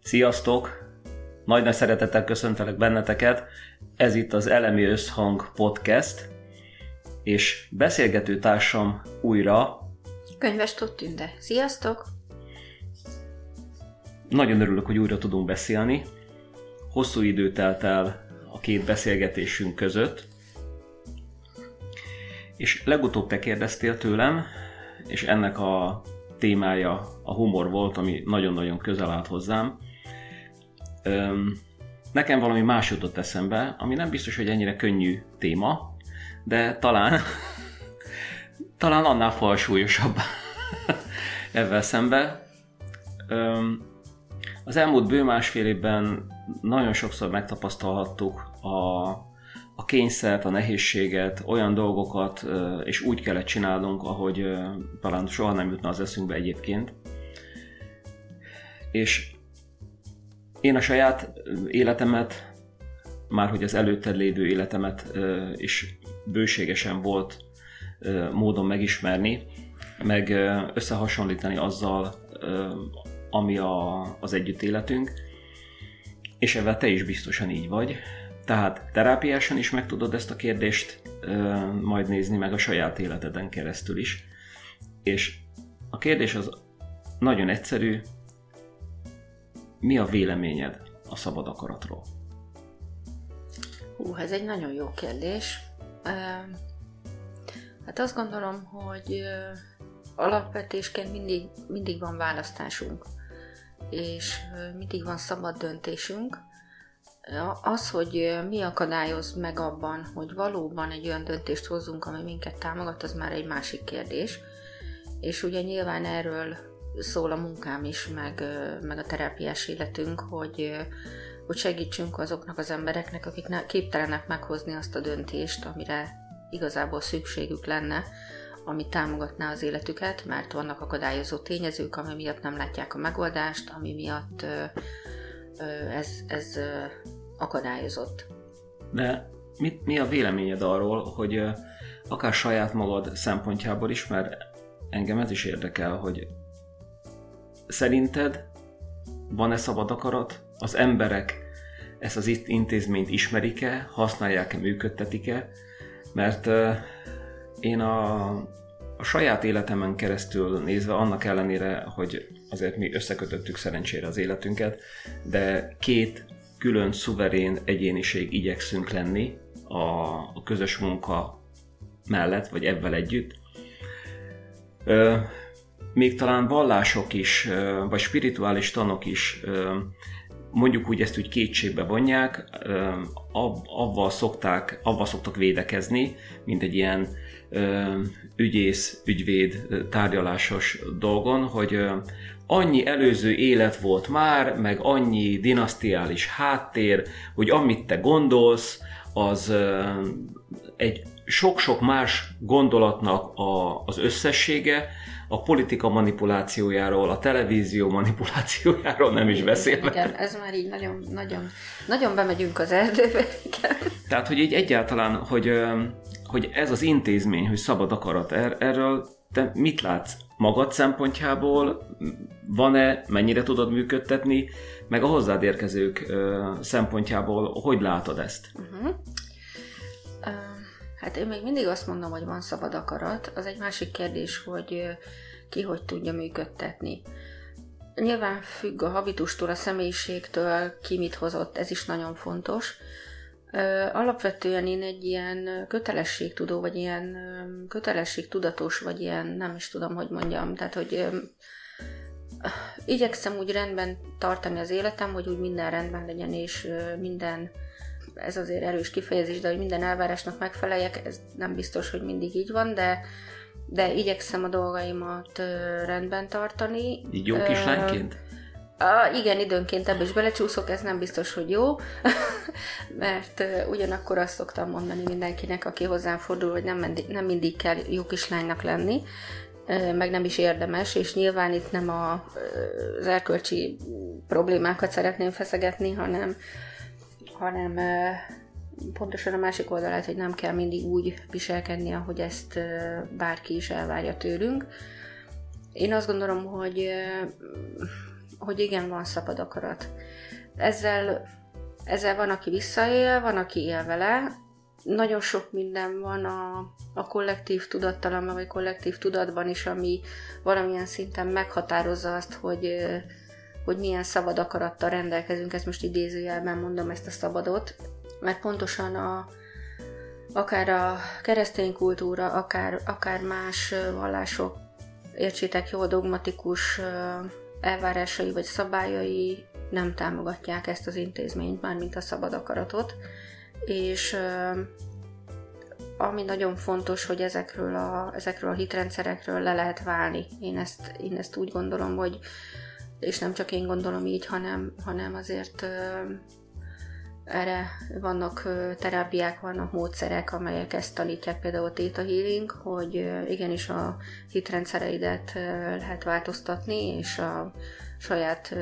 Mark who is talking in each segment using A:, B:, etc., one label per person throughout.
A: Sziasztok! Nagy szeretettel köszöntelek benneteket. Ez itt az Elemi Összhang Podcast, és beszélgető társam újra...
B: Könyves Tóth Tünde. Sziasztok!
A: Nagyon örülök, hogy újra tudunk beszélni. Hosszú idő telt el a két beszélgetésünk között, és legutóbb te kérdeztél tőlem, és ennek a témája a humor volt, ami nagyon-nagyon közel állt hozzám. Nekem valami más jutott eszembe, ami nem biztos, hogy ennyire könnyű téma, de talán annál falsúlyosabb ezzel szembe. Az elmúlt bő másfél évben nagyon sokszor megtapasztalhattuk a kényszert, a nehézséget, olyan dolgokat, és úgy kellett csinálnunk, ahogy talán soha nem jutna az eszünkbe egyébként. És én a saját életemet, már hogy az előtted lévő életemet is bőségesen volt módon megismerni, meg összehasonlítani azzal, ami az együttéletünk, és ebben te is biztosan így vagy. Tehát terápiásan is meg tudod ezt a kérdést majd nézni, meg a saját életeden keresztül is. És a kérdés az nagyon egyszerű: mi a véleményed a szabad akaratról?
B: Ez egy nagyon jó kérdés. Hát azt gondolom, hogy alapvetésként mindig van választásunk, és mindig van szabad döntésünk. Az, hogy mi akadályoz meg abban, hogy valóban egy olyan döntést hozzunk, ami minket támogat, az már egy másik kérdés. És ugye nyilván erről szól a munkám is, meg a terápiás életünk, hogy segítsünk azoknak az embereknek, akik képtelenek meghozni azt a döntést, amire igazából szükségük lenne, ami támogatná az életüket, mert vannak akadályozó tényezők, ami miatt nem látják a megoldást, ami miatt ez akadályozott.
A: De mi a véleményed arról, hogy akár saját magad szempontjából is, mert engem ez is érdekel, hogy szerinted van-e szabad akarat? Az emberek ezt az intézményt ismerik-e, használják-e, működtetik-e? Mert én a saját életemen keresztül nézve, annak ellenére, hogy azért mi összekötöttük szerencsére az életünket, de két külön szuverén egyéniség igyekszünk lenni a közös munka mellett, vagy ebben együtt. Még talán vallások is, vagy spirituális tanok is, mondjuk úgy ezt úgy kétségbe vonják, avval szoktak védekezni, mint egy ilyen ügyész-ügyvéd tárgyalásos dolgon, hogy annyi előző élet volt már, meg annyi dinasztiális háttér, hogy amit te gondolsz, az egy sok-sok más gondolatnak az összessége, a politika manipulációjáról, a televízió manipulációjáról nem is beszélve.
B: Igen, ez már így nagyon bemegyünk az erdőbe. Igen.
A: Tehát, hogy így egyáltalán, hogy ez az intézmény, hogy szabad akarat, erről te mit látsz magad szempontjából? Van-e, mennyire tudod működtetni, meg a hozzád érkezők szempontjából hogy látod ezt?
B: Hát én még mindig azt mondom, hogy van szabad akarat. Az egy másik kérdés, hogy ki hogy tudja működtetni. Nyilván függ a habitustól, a személyiségtől, ki mit hozott, ez is nagyon fontos. Alapvetően én egy ilyen kötelességtudó, vagy ilyen kötelességtudatos, vagy ilyen, nem is tudom, hogy mondjam, tehát, hogy igyekszem úgy rendben tartani az életem, hogy úgy minden rendben legyen, és minden, ez azért erős kifejezés, de hogy minden elvárásnak megfeleljek, ez nem biztos, hogy mindig így van, de igyekszem a dolgaimat rendben tartani.
A: Így jó kislányként?
B: Igen, időnként ebbe is belecsúszok, ez nem biztos, hogy jó, mert ugyanakkor azt szoktam mondani mindenkinek, aki hozzám fordul, hogy nem mindig kell jó kislánynak lenni, meg nem is érdemes, és nyilván itt nem az erkölcsi problémákat szeretném feszegetni, hanem pontosan a másik oldalát, hogy nem kell mindig úgy viselkedni, ahogy ezt bárki is elvárja tőlünk. Én azt gondolom, hogy hogy igen, van szabad akarat. Ezzel van, aki visszaél, van, aki él vele. Nagyon sok minden van a kollektív tudattalamban, vagy kollektív tudatban is, ami valamilyen szinten meghatározza azt, hogy milyen szabad akarattal rendelkezünk. Ezt most idézőjelben mondom, ezt a szabadot, mert pontosan akár a keresztény kultúra, akár más vallások, értsétek jól, dogmatikus elvárásai vagy szabályai nem támogatják ezt az intézményt, mármint a szabad akaratot. És ami nagyon fontos, hogy ezekről a hitrendszerekről le lehet válni. Én ezt úgy gondolom, hogy, és nem csak én gondolom így, hanem azért erre vannak terápiák, vannak módszerek, amelyek ezt tanítják, például a Theta Healing, hogy igenis a hitrendszereidet lehet változtatni, és a saját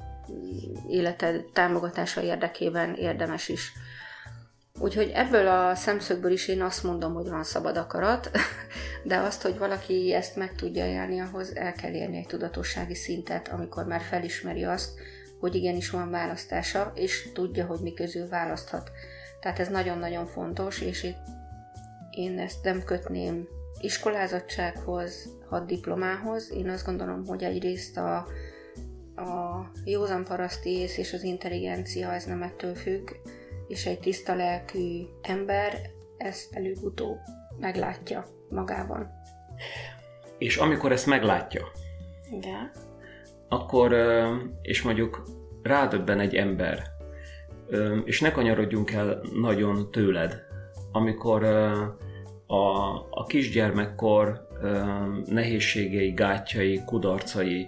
B: életed támogatása érdekében érdemes is. Úgyhogy ebből a szemszögből is én azt mondom, hogy van szabad akarat, de azt, hogy valaki ezt meg tudja élni, ahhoz el kell érni egy tudatossági szintet, amikor már felismeri azt, hogy igenis van választása, és tudja, hogy mi közül választhat. Tehát ez nagyon-nagyon fontos, és én ezt nem kötném iskolázottsághoz, haddiplomához. Én azt gondolom, hogy egyrészt a józan paraszti ész és az intelligencia, ez nem ettől függ, és egy tiszta lelkű ember ezt előbb-utóbb meglátja magában.
A: És amikor ezt meglátja,
B: igen, akkor,
A: és mondjuk rádöbben egy ember, és ne kanyarodjunk el nagyon tőled, amikor a kisgyermekkor nehézségei, gátjai, kudarcai,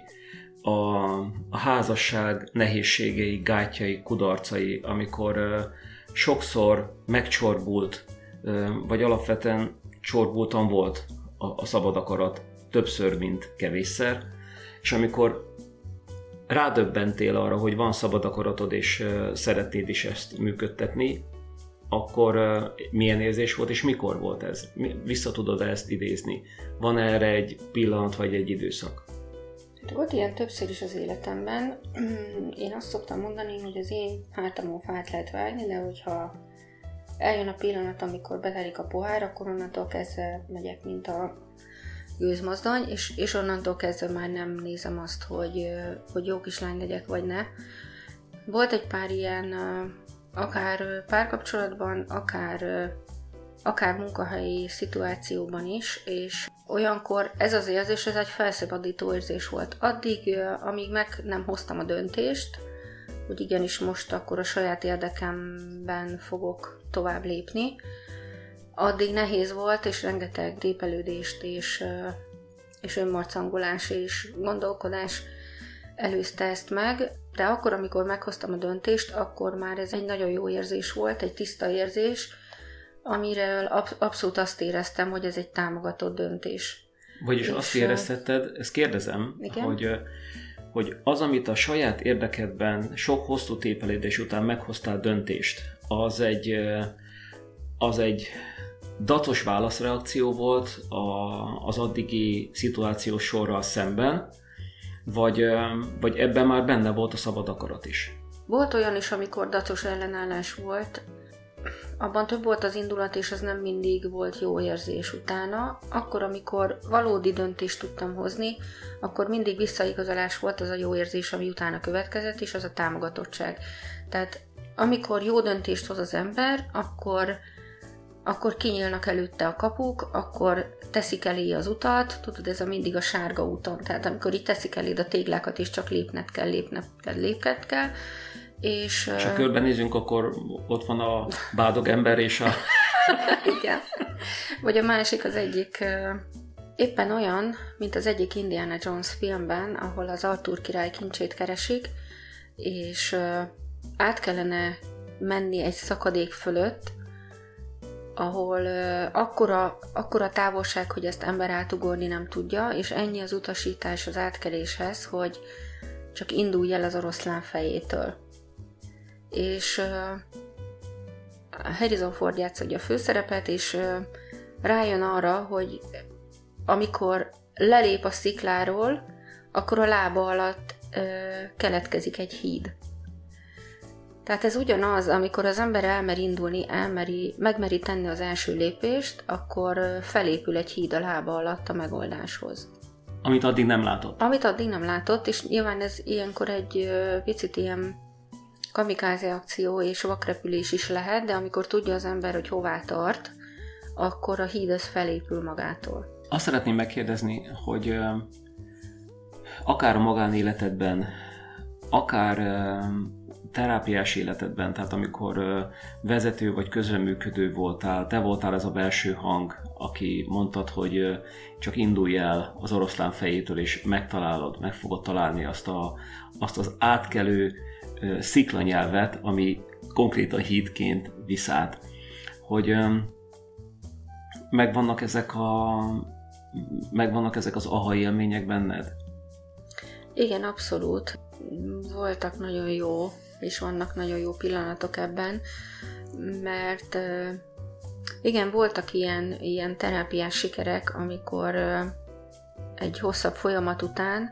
A: a házasság nehézségei, gátjai, kudarcai, amikor sokszor megcsorbult, vagy alapvetően csorbultan volt a szabad akarat, többször, mint kevésszer, és amikor rádöbbentél arra, hogy van szabad akaratod, és szeretnéd is ezt működtetni, akkor milyen érzés volt, és mikor volt ez? Vissza tudod ezt idézni? Van erre egy pillanat, vagy egy időszak?
B: Volt ilyen többször is az életemben. Én azt szoktam mondani, hogy az én hátamon fát lehet vágni, de hogyha eljön a pillanat, amikor betelik a pohár, akkor onnantól kezdve megyek, mint a gőzmozdony, és onnantól kezdve már nem nézem azt, hogy jó kislány legyek, vagy ne. Volt egy pár ilyen, akár párkapcsolatban, akár munkahelyi szituációban is, és olyankor ez az érzés, ez egy felszabadító érzés volt. Addig, amíg meg nem hoztam a döntést, hogy igenis most akkor a saját érdekemben fogok tovább lépni, addig nehéz volt, és rengeteg tépelődést és önmarcangolás és gondolkodás előzte ezt meg, de akkor, amikor meghoztam a döntést, akkor már ez egy nagyon jó érzés volt, egy tiszta érzés, amiről abszolút azt éreztem, hogy ez egy támogatott döntés.
A: Vagyis azt éreztetted, ezt kérdezem, hogy az, amit a saját érdekedben sok hosszú tépelődés után meghoztál döntést, az egy dacos válaszreakció volt az addigi szituációs sorral szemben, vagy ebben már benne volt a szabad akarat is?
B: Volt olyan is, amikor dacos ellenállás volt. Abban több volt az indulat, és az nem mindig volt jó érzés utána. Akkor, amikor valódi döntést tudtam hozni, akkor mindig visszaigazolás volt az a jó érzés, ami utána következett, és az a támogatottság. Tehát amikor jó döntést hoz az ember, akkor kinyílnak előtte a kapuk, akkor teszik elé az utat, tudod, ez mindig a sárga úton, tehát amikor itt teszik eléd a téglákat, és csak lépned kell, és
A: ha körbenézünk, akkor ott van a bádog ember és a...
B: Igen. Vagy a másik az egyik éppen olyan, mint az egyik Indiana Jones filmben, ahol az Arthur király kincsét keresik, és át kellene menni egy szakadék fölött, ahol akkora távolság, hogy ezt ember átugorni nem tudja, és ennyi az utasítás az átkeléshez, hogy csak indulj el az oroszlán fejétől. És Harrison Ford játszadja a főszerepet, és rájön arra, hogy amikor lelép a szikláról, akkor a lába alatt keletkezik egy híd. Tehát ez ugyanaz, amikor az ember elmer indulni, megmeri tenni az első lépést, akkor felépül egy híd a lába alatt a megoldáshoz.
A: Amit addig nem látott.
B: Amit addig nem látott, és nyilván ez ilyenkor egy picit ilyen kamikáze akció és vakrepülés is lehet, de amikor tudja az ember, hogy hová tart, akkor a híd az felépül magától.
A: Azt szeretném megkérdezni, hogy akár a magánéletedben, akár terápiás életedben, tehát amikor vezető vagy közreműködő voltál, te voltál ez a belső hang, aki mondtad, hogy csak indulj el az oroszlán fejétől, és meg fogod találni azt az átkelő sziklanyelvet, ami konkrétan hídként visz át. Hogy megvannak ezek az aha élmények benned?
B: Igen, abszolút. Voltak nagyon jó, és vannak nagyon jó pillanatok ebben, mert igen, voltak ilyen terápiás sikerek, amikor egy hosszabb folyamat után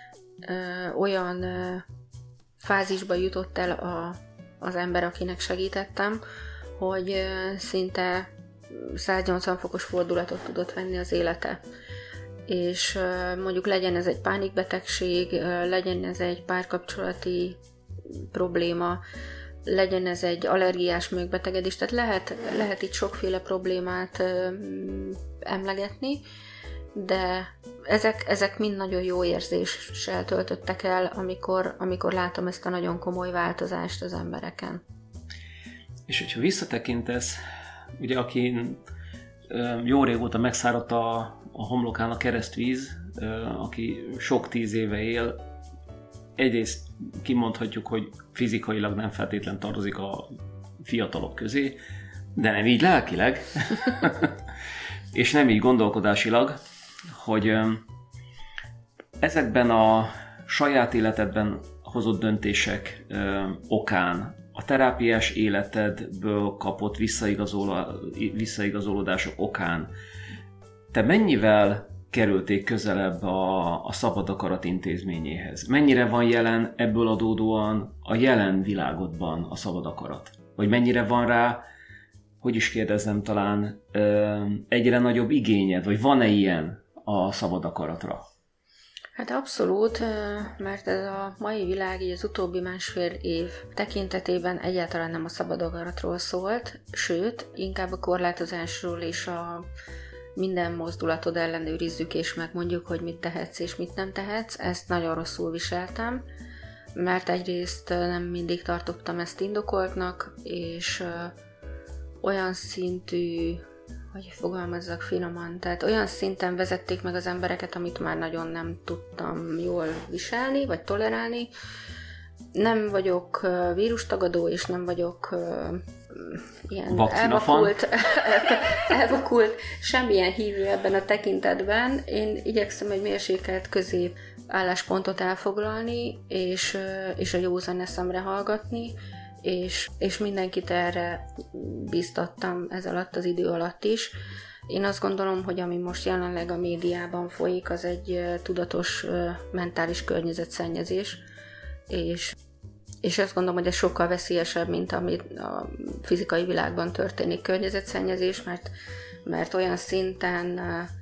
B: olyan fázisba jutott el az ember, akinek segítettem, hogy szinte 180 fokos fordulatot tudott venni az élete. És mondjuk legyen ez egy pánikbetegség, legyen ez egy párkapcsolati probléma, legyen ez egy allergiás megbetegedés, tehát lehet itt sokféle problémát emlegetni, de ezek mind nagyon jó érzéssel töltöttek el, amikor látom ezt a nagyon komoly változást az embereken.
A: És hogyha visszatekintesz, ugye aki jó régóta megszáradt a homlokán a keresztvíz, aki sok 10 éve él, egyrészt kimondhatjuk, hogy fizikailag nem feltétlen tartozik a fiatalok közé, de nem így lelkileg, és nem így gondolkodásilag, hogy ezekben a saját életedben hozott döntések okán, a terápiás életedből kapott visszaigazolódások okán te mennyivel kerülték közelebb a Szabad Akarat intézményéhez? Mennyire van jelen ebből adódóan a jelen világodban a Szabad Akarat? Vagy mennyire van rá, hogy is kérdezzem, talán egyre nagyobb igényed, vagy van-e ilyen a Szabad Akaratra?
B: Hát abszolút, mert ez a mai világ így az utóbbi 1,5 év tekintetében egyáltalán nem a szabad akaratról szólt, sőt, inkább a korlátozásról és a minden mozdulatod ellenőrizzük és megmondjuk, hogy mit tehetsz és mit nem tehetsz. Ezt nagyon rosszul viseltem, mert egyrészt nem mindig tartottam ezt indokoltnak, és olyan szintű, hogy fogalmazzak finoman, tehát olyan szinten vezették meg az embereket, amit már nagyon nem tudtam jól viselni, vagy tolerálni. Nem vagyok vírustagadó, és nem vagyok ilyen elvakult, semmilyen hívő ebben a tekintetben. Én igyekszem egy mérsékelt közép álláspontot elfoglalni, és a józan eszemre hallgatni, és mindenkit erre bíztattam ez alatt az idő alatt is. Én azt gondolom, hogy ami most jelenleg a médiában folyik, az egy tudatos mentális környezetszennyezés, és azt gondolom, hogy ez sokkal veszélyesebb, mint ami a fizikai világban történik környezetszennyezés, mert olyan szinten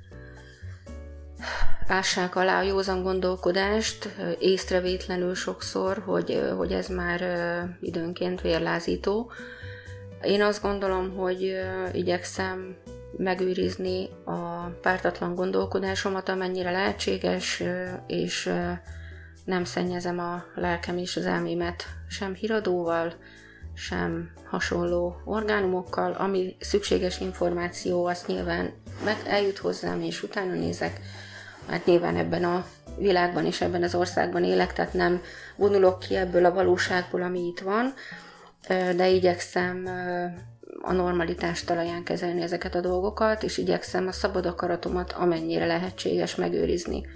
B: ássák alá a józan gondolkodást, észrevétlenül sokszor, hogy ez már időnként vérlázító. Én azt gondolom, hogy igyekszem megőrizni a pártatlan gondolkodásomat, amennyire lehetséges, és nem szennyezem a lelkem és az elmémet sem híradóval, sem hasonló orgánumokkal. Ami szükséges információ, azt nyilván eljut hozzám, és utána nézek, mert nyilván ebben a világban és ebben az országban élek, tehát nem vonulok ki ebből a valóságból, ami itt van, de igyekszem a normalitás talaján kezelni ezeket a dolgokat, és igyekszem a szabad akaratomat amennyire lehetséges megőrizni.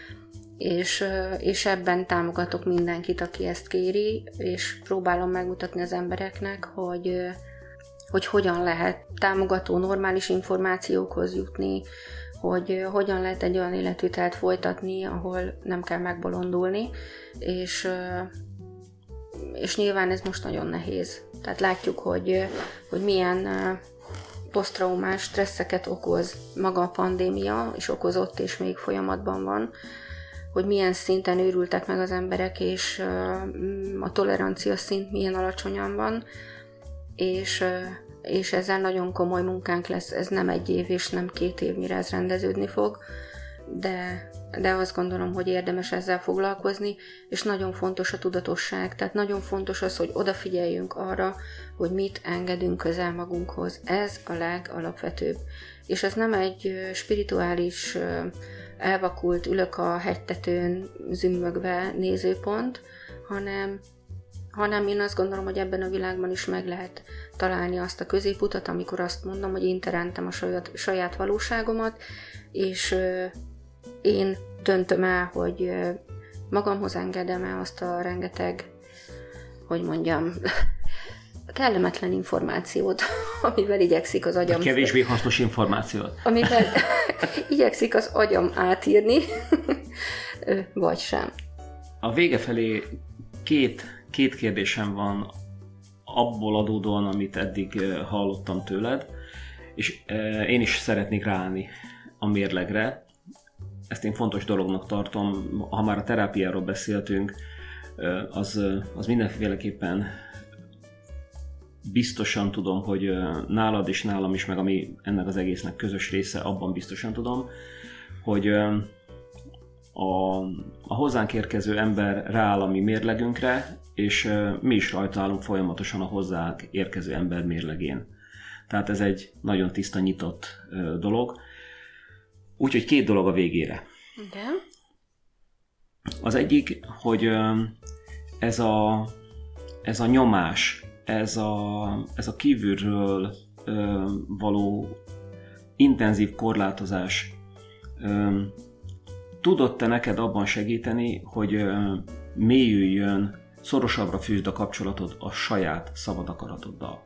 B: És ebben támogatok mindenkit, aki ezt kéri, és próbálom megmutatni az embereknek, hogy hogyan lehet támogató, normális információkhoz jutni, hogy hogyan lehet egy olyan életvitelt folytatni, ahol nem kell megbolondulni, és nyilván ez most nagyon nehéz. Tehát látjuk, hogy milyen posztraumás stresszeket okoz maga a pandémia, és okozott, és még folyamatban van, hogy milyen szinten őrültek meg az emberek, és a tolerancia szint milyen alacsonyan van, és ezzel nagyon komoly munkánk lesz. Ez nem 1 év és nem 2 év, mire ez rendeződni fog, de azt gondolom, hogy érdemes ezzel foglalkozni, és nagyon fontos a tudatosság, tehát nagyon fontos az, hogy odafigyeljünk arra, hogy mit engedünk közel magunkhoz. Ez a legalapvetőbb. És ez nem egy spirituális, elvakult, ülök a hegytetőn zümmögve nézőpont, hanem én azt gondolom, hogy ebben a világban is meg lehet találni azt a középutat, amikor azt mondom, hogy én teremtem a saját valóságomat, és én döntöm el, hogy magamhoz engedem el azt a rengeteg, hogy mondjam, kellemetlen információt, amivel igyekszik az agyam...
A: Kevésbé hasznos információt.
B: Amivel igyekszik az agyam átírni, vagy sem.
A: A vége felé két kérdésem van abból adódóan, amit eddig hallottam tőled, és én is szeretnék ráállni a mérlegre. Ezt én fontos dolognak tartom. Ha már a terápiáról beszéltünk, az mindenféleképpen biztosan tudom, hogy nálad és nálam is, meg ami ennek az egésznek közös része, abban biztosan tudom, hogy a hozzánk érkező ember rááll a mi mérlegünkre, és mi is rajta állunk folyamatosan a hozzánk érkező ember mérlegén. Tehát ez egy nagyon tiszta, nyitott dolog. Úgyhogy 2 dolog a végére.
B: Igen.
A: Az egyik, hogy ez a nyomás, ez a kívülről való intenzív korlátozás tudott-e neked abban segíteni, hogy mélyüljön, szorosabbra fűzd a kapcsolatod a saját szabad akaratoddal?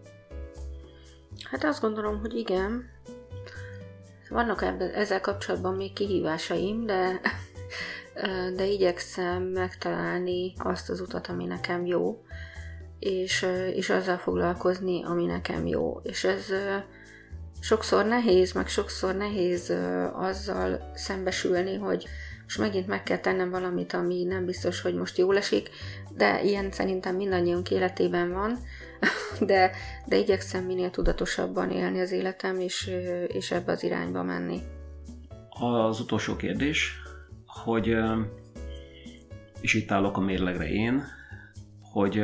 B: Hát azt gondolom, hogy igen. Vannak ezzel kapcsolatban még kihívásaim, de igyekszem megtalálni azt az utat, ami nekem jó, és azzal foglalkozni, ami nekem jó. És ez sokszor nehéz azzal szembesülni, hogy most megint meg kell tennem valamit, ami nem biztos, hogy most jól esik, de ilyen szerintem mindannyiunk életében van, de igyekszem minél tudatosabban élni az életem, és ebbe az irányba menni.
A: Az utolsó kérdés, hogy, és itt állok a mérlegre én, hogy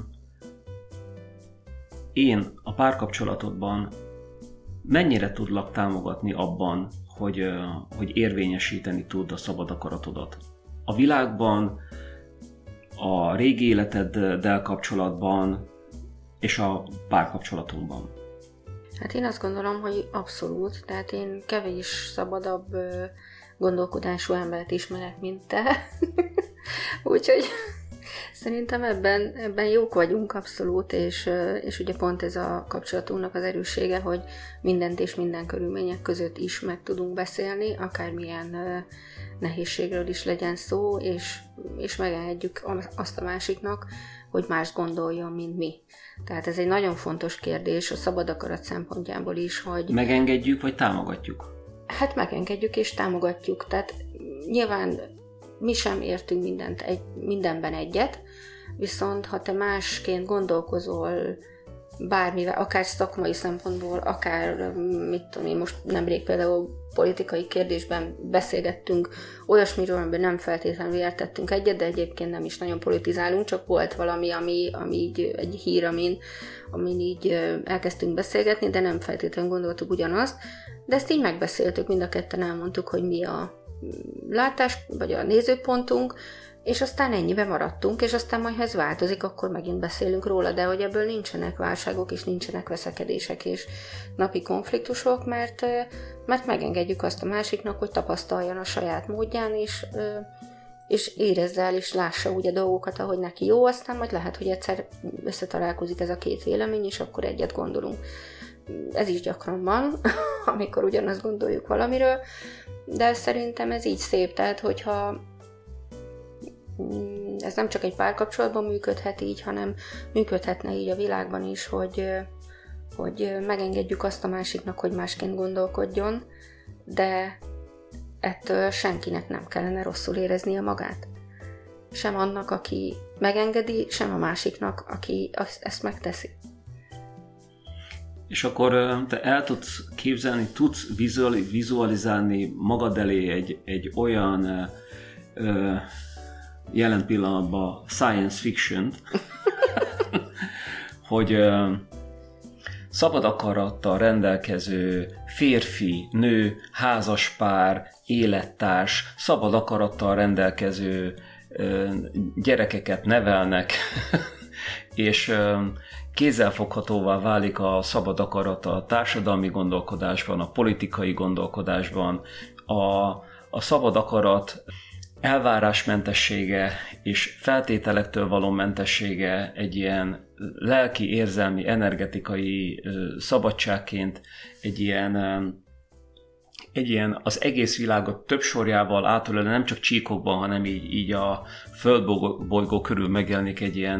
A: én a párkapcsolatodban mennyire tudlak támogatni abban, hogy érvényesíteni tud a szabad akaratodat. A világban, a régi életeddel kapcsolatban és a párkapcsolatunkban.
B: Hát én azt gondolom, hogy abszolút, tehát én kevés szabadabb gondolkodású embert ismerek, mint te. Úgyhogy szerintem ebben jók vagyunk abszolút, és ugye pont ez a kapcsolatunknak az erőssége, hogy mindent és minden körülmények között is meg tudunk beszélni, akármilyen nehézségről is legyen szó, és megengedjük azt a másiknak, hogy más gondoljon, mint mi. Tehát ez egy nagyon fontos kérdés a szabad akarat szempontjából is, hogy...
A: Megengedjük, vagy támogatjuk?
B: Hát megengedjük és támogatjuk. Tehát nyilván mi sem értünk mindenben egyet, viszont ha te másként gondolkozol bármivel, akár szakmai szempontból, akár, mit tudom én, most nemrég például politikai kérdésben beszélgettünk olyasmiről, amiben nem feltétlenül értettünk egyet, de egyébként nem is nagyon politizálunk, csak volt valami, ami így egy hír, amin így elkezdtünk beszélgetni, de nem feltétlenül gondoltuk ugyanazt, de ezt így megbeszéltük, mind a ketten elmondtuk, hogy mi a látás, vagy a nézőpontunk, és aztán ennyibe maradtunk, és aztán majd, ha ez változik, akkor megint beszélünk róla, de hogy ebből nincsenek válságok, és nincsenek veszekedések és napi konfliktusok, mert megengedjük azt a másiknak, hogy tapasztaljon a saját módján, és érezze el, és lássa úgy a dolgokat, ahogy neki jó, aztán majd lehet, hogy egyszer összetalálkozik ez a 2 vélemény, és akkor egyet gondolunk. ez is gyakran van, amikor ugyanazt gondoljuk valamiről, de szerintem ez így szép, tehát hogyha ez nem csak egy párkapcsolatban működhet így, hanem működhetne így a világban is, hogy megengedjük azt a másiknak, hogy másként gondolkodjon, de ettől senkinek nem kellene rosszul éreznie magát. Sem annak, aki megengedi, sem a másiknak, aki ezt megteszi.
A: És akkor te el tudsz képzelni, tudsz vizualizálni magad elé egy olyan jelen pillanatban science fiction-t, hogy szabad akarattal rendelkező férfi, nő, házaspár, élettárs, szabad akarattal rendelkező gyerekeket nevelnek, és kézzelfoghatóvá válik a szabad akarat a társadalmi gondolkodásban, a politikai gondolkodásban, a szabad akarat elvárásmentessége és feltételektől való mentessége egy ilyen lelki, érzelmi, energetikai szabadságként, egy ilyen az egész világot több sorjával átölelő, nem csak csíkokban, hanem így a földbolygó körül megjelenik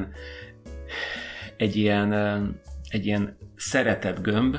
A: egy ilyen szeretett gömb,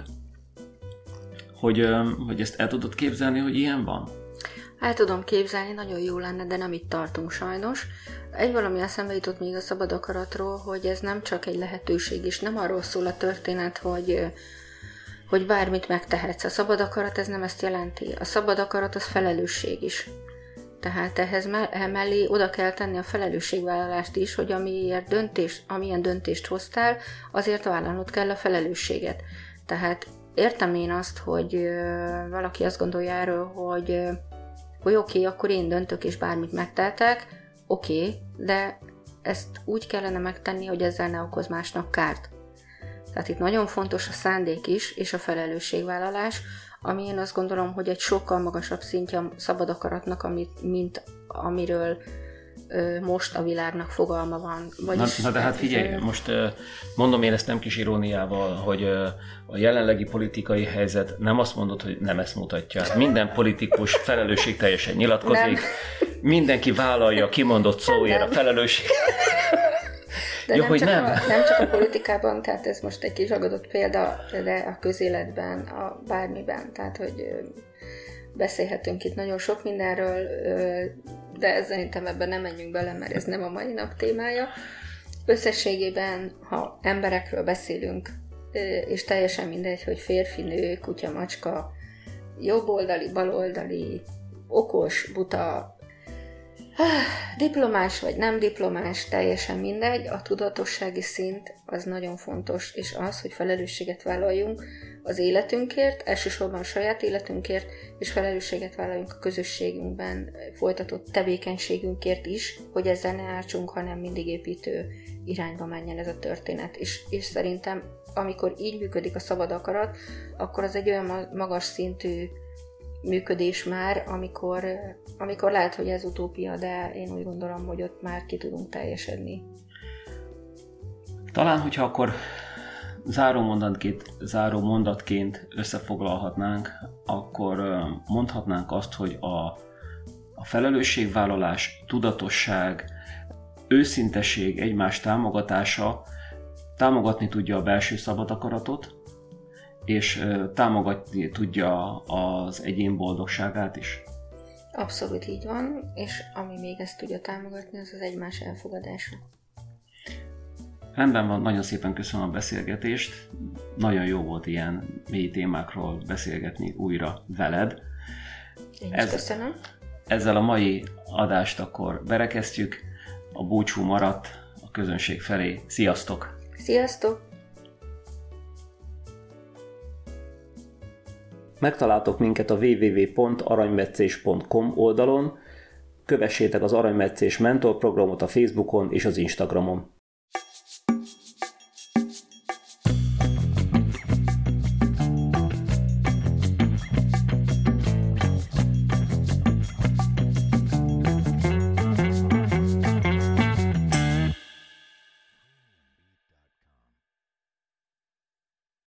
A: hogy ezt el tudod képzelni, hogy ilyen van?
B: El tudom képzelni, nagyon jó lenne, de nem itt tartunk sajnos. Egy valami eszembe jutott még a szabad akaratról, hogy ez nem csak egy lehetőség, és nem arról szól a történet, hogy bármit megtehetsz. A szabad akarat ez nem ezt jelenti. A szabad akarat az felelősség is. Tehát ehhez mellé oda kell tenni a felelősségvállalást is, hogy amilyen döntést hoztál, azért vállalnod kell a felelősséget. Tehát értem én azt, hogy valaki azt gondolja erről, hogy oké, akkor én döntök és bármit megtehetek, oké, de ezt úgy kellene megtenni, hogy ezzel ne okoz másnak kárt. Tehát itt nagyon fontos a szándék is, és a felelősségvállalás, ami én azt gondolom, hogy egy sokkal magasabb szintje a szabad akaratnak, mint amiről most a világnak fogalma van.
A: Na de hát figyelj, most mondom én ezt nem kis iróniával, hogy a jelenlegi politikai helyzet nem azt mondod, hogy nem ezt mutatja. Minden politikus felelősségteljesen nyilatkozik, nem. Mindenki vállalja a kimondott szóért a felelősséget.
B: De jó, nem csak a politikában, tehát ez most egy kis ragadott példa, de a közéletben, a bármiben, tehát hogy beszélhetünk itt nagyon sok mindenről, de szerintem ebben nem menjünk bele, mert ez nem a mai nap témája. Összességében, ha emberekről beszélünk, és teljesen mindegy, hogy férfi, nő, kutya, macska, jobboldali, baloldali, okos, buta, diplomás vagy nem diplomás, teljesen mindegy, a tudatossági szint az nagyon fontos, és az, hogy felelősséget vállaljunk az életünkért, elsősorban a saját életünkért, és felelősséget vállaljunk a közösségünkben folytatott tevékenységünkért is, hogy ezzel ne ártsunk, hanem mindig építő irányba menjen ez a történet. És szerintem, amikor így működik a szabad akarat, akkor az egy olyan magas szintű működés már, amikor lehet, hogy ez utópia, de én úgy gondolom, hogy ott már ki tudunk teljesedni. Talán, hogyha akkor záró mondatként összefoglalhatnánk, akkor mondhatnánk azt, hogy a felelősségvállalás, tudatosság, őszintesség, egymás támogatása támogatni tudja a belső szabad akaratot, és támogatni tudja az egyén boldogságát is. Abszolút így van, és ami még ezt tudja támogatni, az az egymás elfogadása. Rendben van, nagyon szépen köszönöm a beszélgetést. Nagyon jó volt ilyen mély témákról beszélgetni újra veled. Én is köszönöm. Ezzel a mai adást akkor berekeztjük. A búcsú maradt a közönség felé. Sziasztok! Sziasztok! Megtaláltok minket a www.aranymetszés.com oldalon, kövessétek az Aranymetszés mentorprogramot a Facebookon és az Instagramon.